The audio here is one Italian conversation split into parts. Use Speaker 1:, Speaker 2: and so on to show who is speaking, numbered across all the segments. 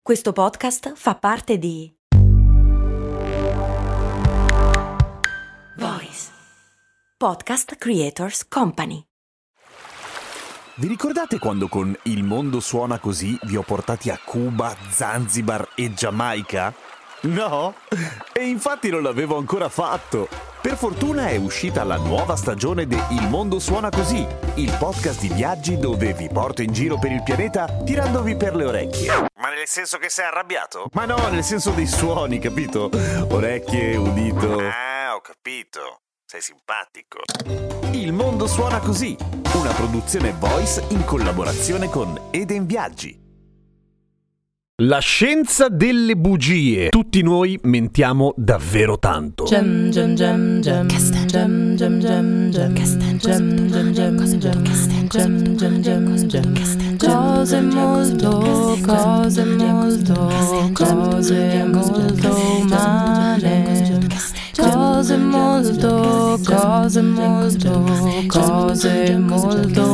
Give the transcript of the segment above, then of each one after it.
Speaker 1: Questo podcast fa parte di Voice Podcast Creators Company.
Speaker 2: Vi ricordate quando con Il mondo suona così vi ho portati a Cuba, Zanzibar e Giamaica? No? E infatti non l'avevo ancora fatto. Per fortuna è uscita la nuova stagione di Il mondo suona così, il podcast di viaggi dove vi porto in giro per il pianeta tirandovi per le orecchie. Ma nel senso che sei arrabbiato? Ma no, nel senso dei suoni, capito? Orecchie, udito. Ah, ho capito. Sei simpatico. Il mondo suona così, una produzione Voice in collaborazione con Eden Viaggi. La scienza delle bugie. Tutti noi mentiamo davvero tanto.
Speaker 3: Cose molto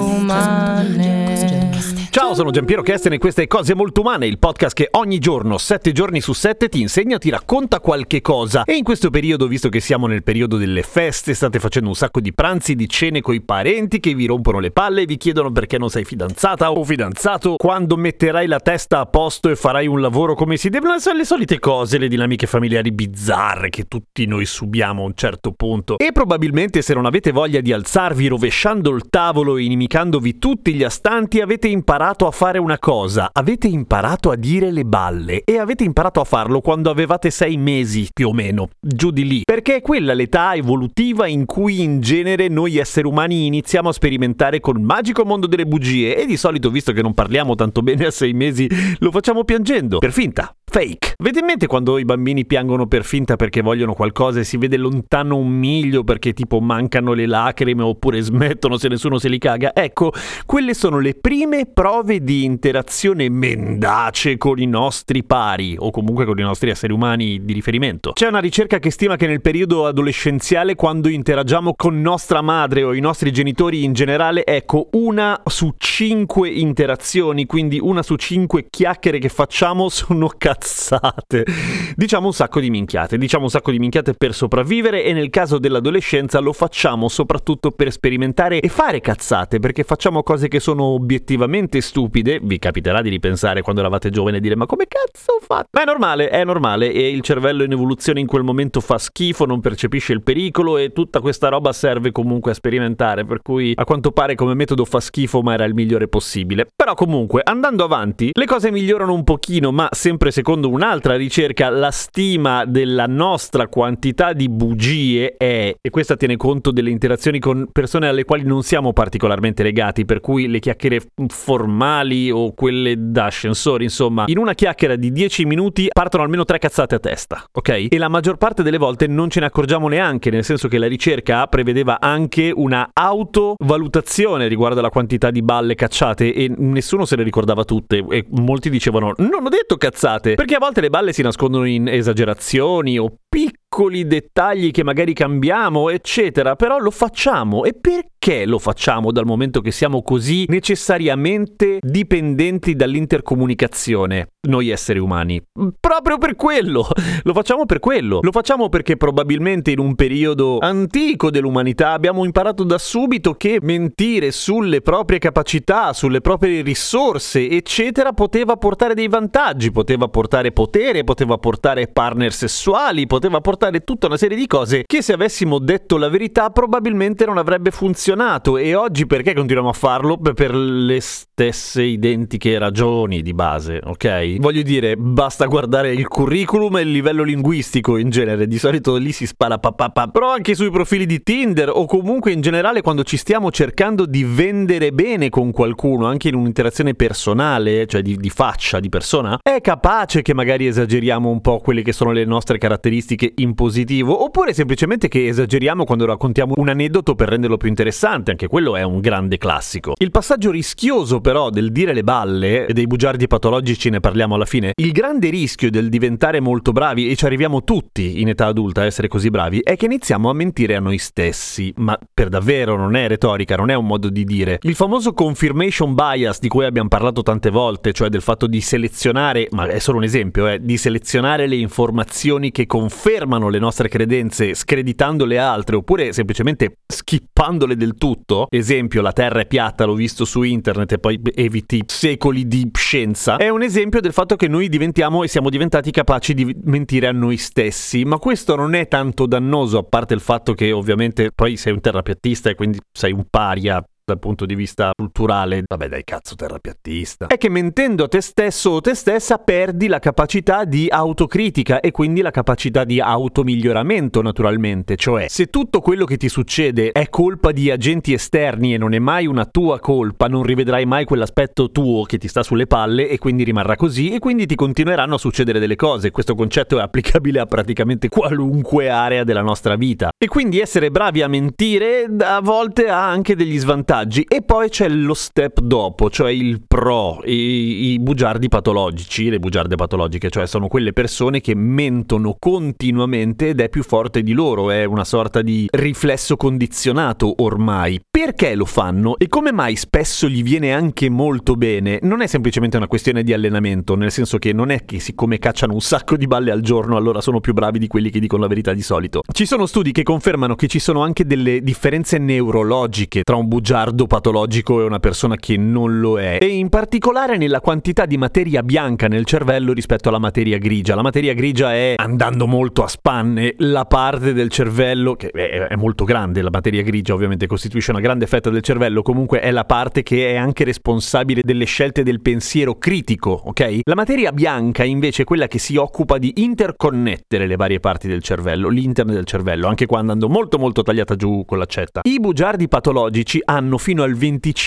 Speaker 3: umane.
Speaker 2: Ciao, sono Giampiero Kesten e questa è Cose Molto Umane, il podcast che ogni giorno, 7 giorni su 7, ti insegna, ti racconta qualche cosa. E in questo periodo, visto che siamo nel periodo delle feste, state facendo un sacco di pranzi, di cene coi parenti che vi rompono le palle e vi chiedono perché non sei fidanzata o fidanzato, quando metterai la testa a posto e farai un lavoro come si deve. Sono le solite cose, le dinamiche familiari bizzarre che tutti noi subiamo a un certo punto. E probabilmente se non avete voglia di alzarvi rovesciando il tavolo e inimicandovi tutti gli astanti, avete imparato a fare una cosa, avete imparato a dire le balle e avete imparato a farlo quando avevate 6 mesi, più o meno, giù di lì, perché è quella l'età evolutiva in cui in genere noi esseri umani iniziamo a sperimentare col magico mondo delle bugie e di solito, visto che non parliamo tanto bene a 6 mesi, lo facciamo piangendo, per finta. Fake. Avete in mente quando i bambini piangono per finta perché vogliono qualcosa e si vede lontano un miglio perché tipo mancano le lacrime oppure smettono se nessuno se li caga? Ecco, quelle sono le prime prove di interazione mendace con i nostri pari o comunque con i nostri esseri umani di riferimento. C'è una ricerca che stima che nel periodo adolescenziale, quando interagiamo con nostra madre o i nostri genitori in generale, ecco, 1 su 5 interazioni, quindi 1 su 5 chiacchiere che facciamo sono cazzate. Diciamo un sacco di minchiate per sopravvivere e nel caso dell'adolescenza lo facciamo soprattutto per sperimentare e fare cazzate, perché facciamo cose che sono obiettivamente stupide. Vi capiterà di ripensare quando eravate giovani e dire ma come cazzo ho fatto? Ma è normale e il cervello in evoluzione in quel momento fa schifo, non percepisce il pericolo e tutta questa roba serve comunque a sperimentare, per cui a quanto pare come metodo fa schifo ma era il migliore possibile. Però comunque andando avanti le cose migliorano un pochino, ma sempre secondo un'altra ricerca la stima della nostra quantità di bugie è, e questa tiene conto delle interazioni con persone alle quali non siamo particolarmente legati, per cui le chiacchiere formali o quelle da ascensore, insomma, in una chiacchiera di 10 minuti partono almeno 3 cazzate a testa, ok? E la maggior parte delle volte non ce ne accorgiamo neanche, nel senso che la ricerca prevedeva anche una autovalutazione riguardo alla quantità di balle cacciate e nessuno se le ricordava tutte e molti dicevano non ho detto cazzate, perché a volte le balle si nascondono in esagerazioni o piccoli dettagli che magari cambiamo, eccetera, però lo facciamo. E perché lo facciamo dal momento che siamo così necessariamente dipendenti dall'intercomunicazione, noi esseri umani? Proprio per quello! Lo facciamo per quello. Lo facciamo perché probabilmente in un periodo antico dell'umanità abbiamo imparato da subito che mentire sulle proprie capacità, sulle proprie risorse, eccetera, poteva portare dei vantaggi, poteva portare potere, poteva portare partner sessuali, poteva portare tutta una serie di cose che se avessimo detto la verità probabilmente non avrebbe funzionato. E oggi perché continuiamo a farlo? Per le stesse identiche ragioni di base, ok? Voglio dire, basta guardare il curriculum e il livello linguistico in genere, di solito lì si spara papà, però anche sui profili di Tinder o comunque in generale quando ci stiamo cercando di vendere bene con qualcuno, anche in un'interazione personale, cioè di faccia, di persona, è capace che magari esageriamo un po' quelle che sono le nostre caratteristiche in positivo, oppure semplicemente che esageriamo quando raccontiamo un aneddoto per renderlo più interessante. interessante, anche quello è un grande classico. Il passaggio rischioso però del dire le balle, e dei bugiardi patologici ne parliamo alla fine, il grande rischio del diventare molto bravi, e ci arriviamo tutti in età adulta a essere così bravi, è che iniziamo a mentire a noi stessi, ma per davvero, non è retorica, non è un modo di dire. Il famoso confirmation bias di cui abbiamo parlato tante volte, cioè del fatto di selezionare, ma è solo un esempio, di selezionare le informazioni che confermano le nostre credenze screditando le altre oppure semplicemente skippandole del tutto. Esempio, la Terra è piatta, l'ho visto su internet e poi eviti secoli di scienza. È un esempio del fatto che noi diventiamo e siamo diventati capaci di mentire a noi stessi, ma questo non è tanto dannoso, a parte il fatto che ovviamente poi sei un terrapiattista e quindi sei un paria dal punto di vista culturale. Vabbè dai, cazzo, terrapiattista. È che mentendo a te stesso o te stessa perdi la capacità di autocritica e quindi la capacità di automiglioramento, naturalmente. Cioè, se tutto quello che ti succede è colpa di agenti esterni e non è mai una tua colpa, non rivedrai mai quell'aspetto tuo che ti sta sulle palle e quindi rimarrà così e quindi ti continueranno a succedere delle cose. Questo concetto è applicabile a praticamente qualunque area della nostra vita. E quindi essere bravi a mentire a volte ha anche degli svantaggi. E poi c'è lo step dopo, cioè il pro, i bugiardi patologici, le bugiarde patologiche, cioè sono quelle persone che mentono continuamente ed è più forte di loro, è una sorta di riflesso condizionato ormai. Perché lo fanno e come mai spesso gli viene anche molto bene? Non è semplicemente una questione di allenamento, nel senso che non è che siccome cacciano un sacco di balle al giorno allora sono più bravi di quelli che dicono la verità di solito. Ci sono studi che confermano che ci sono anche delle differenze neurologiche tra un bugiardo patologico e una persona che non lo è, e in particolare nella quantità di materia bianca nel cervello rispetto alla materia grigia. La materia grigia è, andando molto a spanne, la parte del cervello che è molto grande. La materia grigia ovviamente costituisce una grande fetta del cervello, comunque è la parte che è anche responsabile delle scelte del pensiero critico, ok? La materia bianca invece è quella che si occupa di interconnettere le varie parti del cervello, l'interno del cervello, anche qua andando molto molto tagliata giù con l'accetta. I bugiardi patologici hanno fino al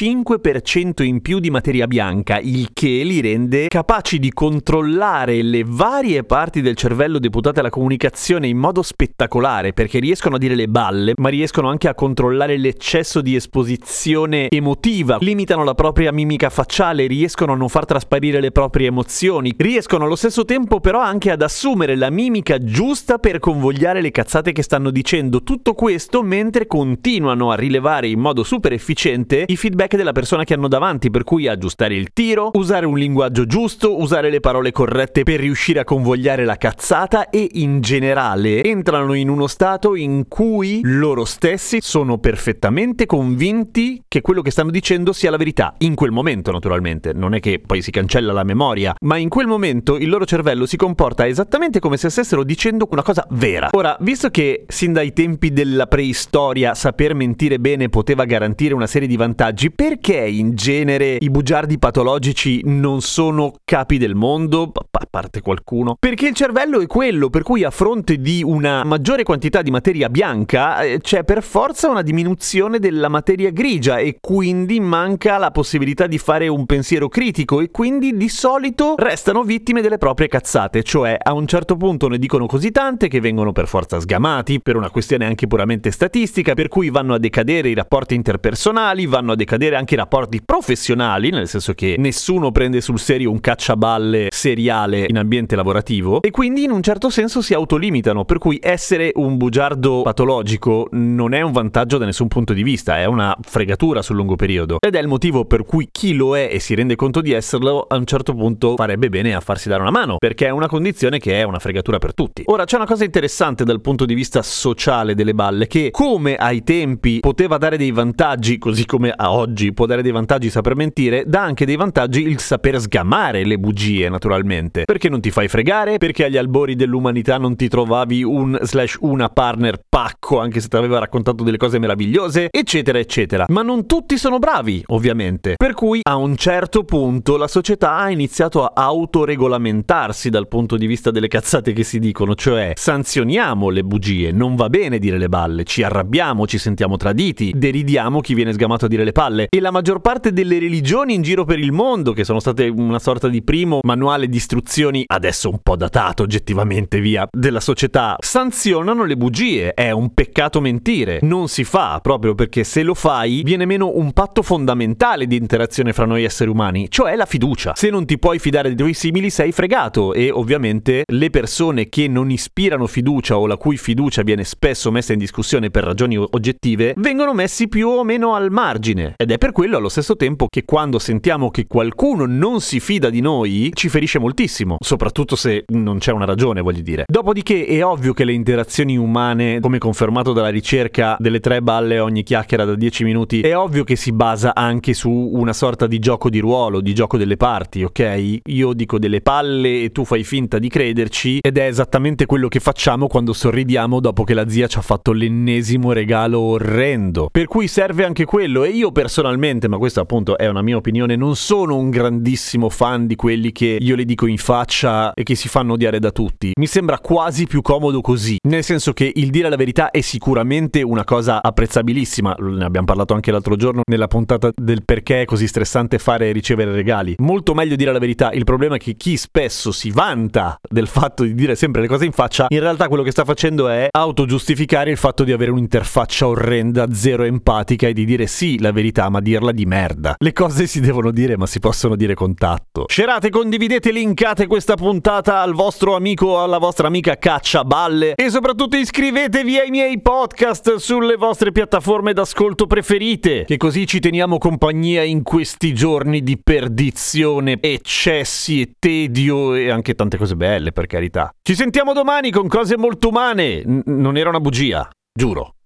Speaker 2: 25% in più di materia bianca, il che li rende capaci di controllare le varie parti del cervello deputate alla comunicazione in modo spettacolare, perché riescono a dire le balle, ma riescono anche a controllare l'eccesso di esposizione emotiva, limitano la propria mimica facciale, riescono a non far trasparire le proprie emozioni, riescono allo stesso tempo però anche ad assumere la mimica giusta per convogliare le cazzate che stanno dicendo. Tutto questo mentre continuano a rilevare in modo super efficiente i feedback della persona che hanno davanti, per cui aggiustare il tiro, usare un linguaggio giusto, usare le parole corrette per riuscire a convogliare la cazzata e in generale entrano in uno stato in cui loro stessi sono perfettamente convinti che quello che stanno dicendo sia la verità. In quel momento naturalmente, non è che poi si cancella la memoria, ma in quel momento il loro cervello si comporta esattamente come se stessero dicendo una cosa vera. Ora, visto che sin dai tempi della preistoria saper mentire bene poteva garantire una serie di vantaggi, perché in genere i bugiardi patologici non sono capi del mondo, a parte qualcuno? Perché il cervello è quello, per cui a fronte di una maggiore quantità di materia bianca c'è per forza una diminuzione della materia grigia e quindi manca la possibilità di fare un pensiero critico e quindi di solito restano vittime delle proprie cazzate, cioè a un certo punto ne dicono così tante che vengono per forza sgamati per una questione anche puramente statistica, per cui vanno a decadere i rapporti interpersonali, vanno a decadere anche i rapporti professionali, nel senso che nessuno prende sul serio un cacciaballe seriale in ambiente lavorativo e quindi in un certo senso si autolimitano, per cui essere un bugiardo patologico non è un vantaggio da nessun punto di vista, è una fregatura sul lungo periodo, ed è il motivo per cui chi lo è e si rende conto di esserlo a un certo punto farebbe bene a farsi dare una mano, perché è una condizione che è una fregatura per tutti. Ora c'è una cosa interessante dal punto di vista sociale delle balle, che come ai tempi poteva dare dei vantaggi, così come a oggi può dare dei vantaggi saper mentire, dà anche dei vantaggi il saper sgamare le bugie, naturalmente, perché non ti fai fregare, perché agli albori dell'umanità non ti trovavi una partner pacco anche se ti aveva raccontato delle cose meravigliose, eccetera eccetera. Ma non tutti sono bravi, ovviamente, per cui a un certo punto la società ha iniziato a autoregolamentarsi dal punto di vista delle cazzate che si dicono, cioè sanzioniamo le bugie, non va bene dire le balle, ci arrabbiamo, ci sentiamo traditi, deridiamo chi viene viene sgamato a dire le palle. E la maggior parte delle religioni in giro per il mondo, che sono state una sorta di primo manuale di istruzioni, adesso un po' datato oggettivamente via, della società, sanzionano le bugie. È un peccato mentire, non si fa, proprio perché se lo fai viene meno un patto fondamentale di interazione fra noi esseri umani, cioè la fiducia. Se non ti puoi fidare dei tuoi simili sei fregato, e ovviamente le persone che non ispirano fiducia o la cui fiducia viene spesso messa in discussione per ragioni oggettive vengono messi più o meno al margine. Ed è per quello allo stesso tempo che quando sentiamo che qualcuno non si fida di noi ci ferisce moltissimo, soprattutto se non c'è una ragione, voglio dire. Dopodiché è ovvio che le interazioni umane, come confermato dalla ricerca delle 3 balle ogni chiacchiera da 10 minuti, è ovvio che si basa anche su una sorta di gioco di ruolo, di gioco delle parti, ok? Io dico delle palle e tu fai finta di crederci, ed è esattamente quello che facciamo quando sorridiamo dopo che la zia ci ha fatto l'ennesimo regalo orrendo. Per cui serve anche quello, e io personalmente, ma questa appunto è una mia opinione, non sono un grandissimo fan di quelli che io le dico in faccia e che si fanno odiare da tutti. Mi sembra quasi più comodo così, nel senso che il dire la verità è sicuramente una cosa apprezzabilissima, ne abbiamo parlato anche l'altro giorno nella puntata del perché è così stressante fare e ricevere regali. Molto meglio dire la verità. Il problema è che chi spesso si vanta del fatto di dire sempre le cose in faccia, in realtà quello che sta facendo è autogiustificare il fatto di avere un'interfaccia orrenda, zero empatica, e di dire sì la verità ma dirla di merda. Le cose si devono dire ma si possono dire con tatto. Scerate, condividete, linkate questa puntata al vostro amico o alla vostra amica cacciaballe, e soprattutto iscrivetevi ai miei podcast sulle vostre piattaforme d'ascolto preferite, che così ci teniamo compagnia in questi giorni di perdizione, eccessi e tedio e anche tante cose belle, per carità. Ci sentiamo domani con cose molto umane. Non era una bugia, giuro.